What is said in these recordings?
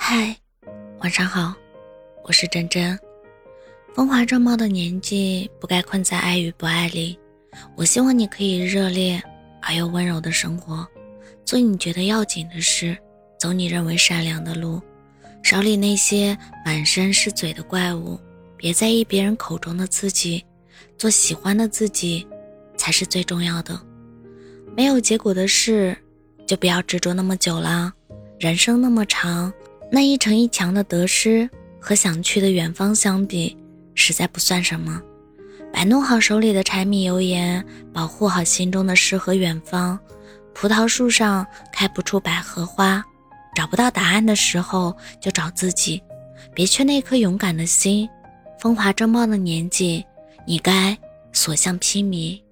嗨，晚上好，我是真真。风华正茂的年纪不该困在爱与不爱里，我希望你可以热烈而又温柔的生活，做你觉得要紧的事，走你认为善良的路，少理那些满身是嘴的怪物，别在意别人口中的自己，做喜欢的自己才是最重要的。没有结果的事就不要执着那么久啦，人生那么长，那一城一墙的得失和想去的远方相比，实在不算什么。摆弄好手里的柴米油盐，保护好心中的诗和远方。葡萄树上开不出百合花，找不到答案的时候就找自己，别缺那颗勇敢的心。风华正茂的年纪，你该所向披靡。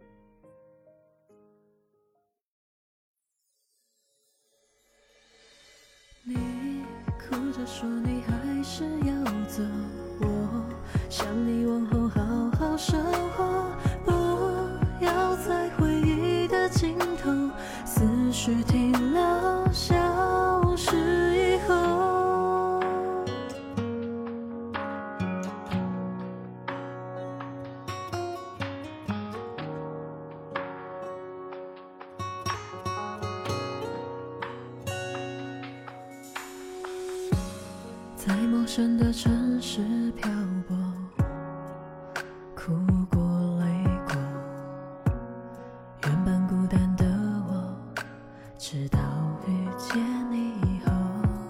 你哭着说你还是要走，我想你往后好好生活，不要在回忆的尽头，思绪停留消失以后。在陌生的城市漂泊，哭过泪过，原本孤单的我，直到遇见你以后，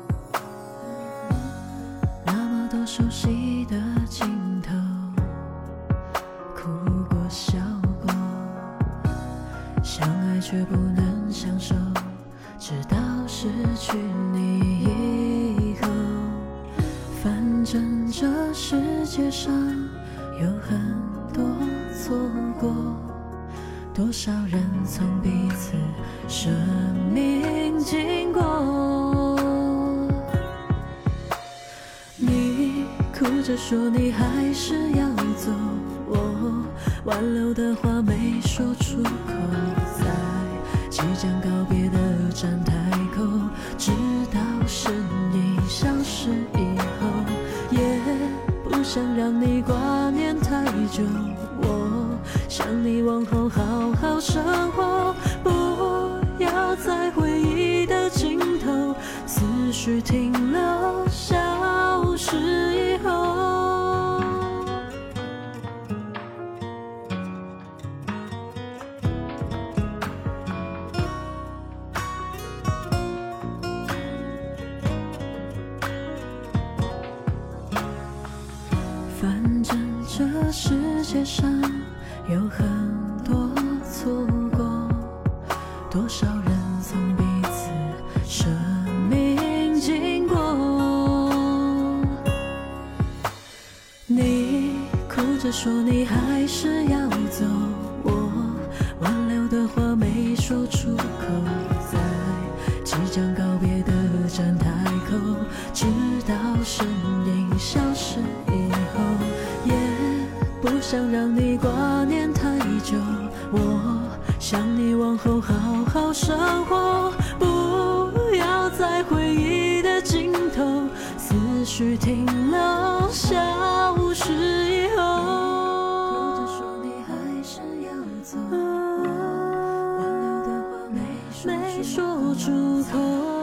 那么多熟悉的镜头，哭过笑过，相爱却不能相守，直到失去你以后。反正这世界上有很多错过，多少人从彼此生命经过。你哭着说你还是要走，我挽留的话没说出口，在即将告别的站台口，直到身影消失以后，也不想让你挂念太久，我想你往后好好生活，不要在回忆的尽头，思绪停留消失以后。反正这世界上有很多错过，多少人从彼此生命经过。你哭着说你还是要走，我挽留的话没说出口，在即将告别的站台口，直到身影消失以后，也不想让你挂念太久，我想你往后好好生活，不要在回忆的尽头，思绪停留消失以后。哭着说你还是要走，挽留的话没说出口，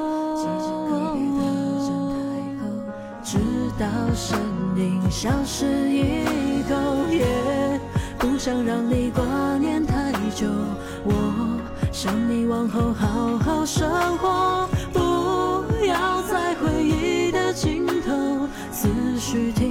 直到身影消失以后，也不想让你挂念太久，我想你往后好好生活，不要在回忆的尽头，思绪停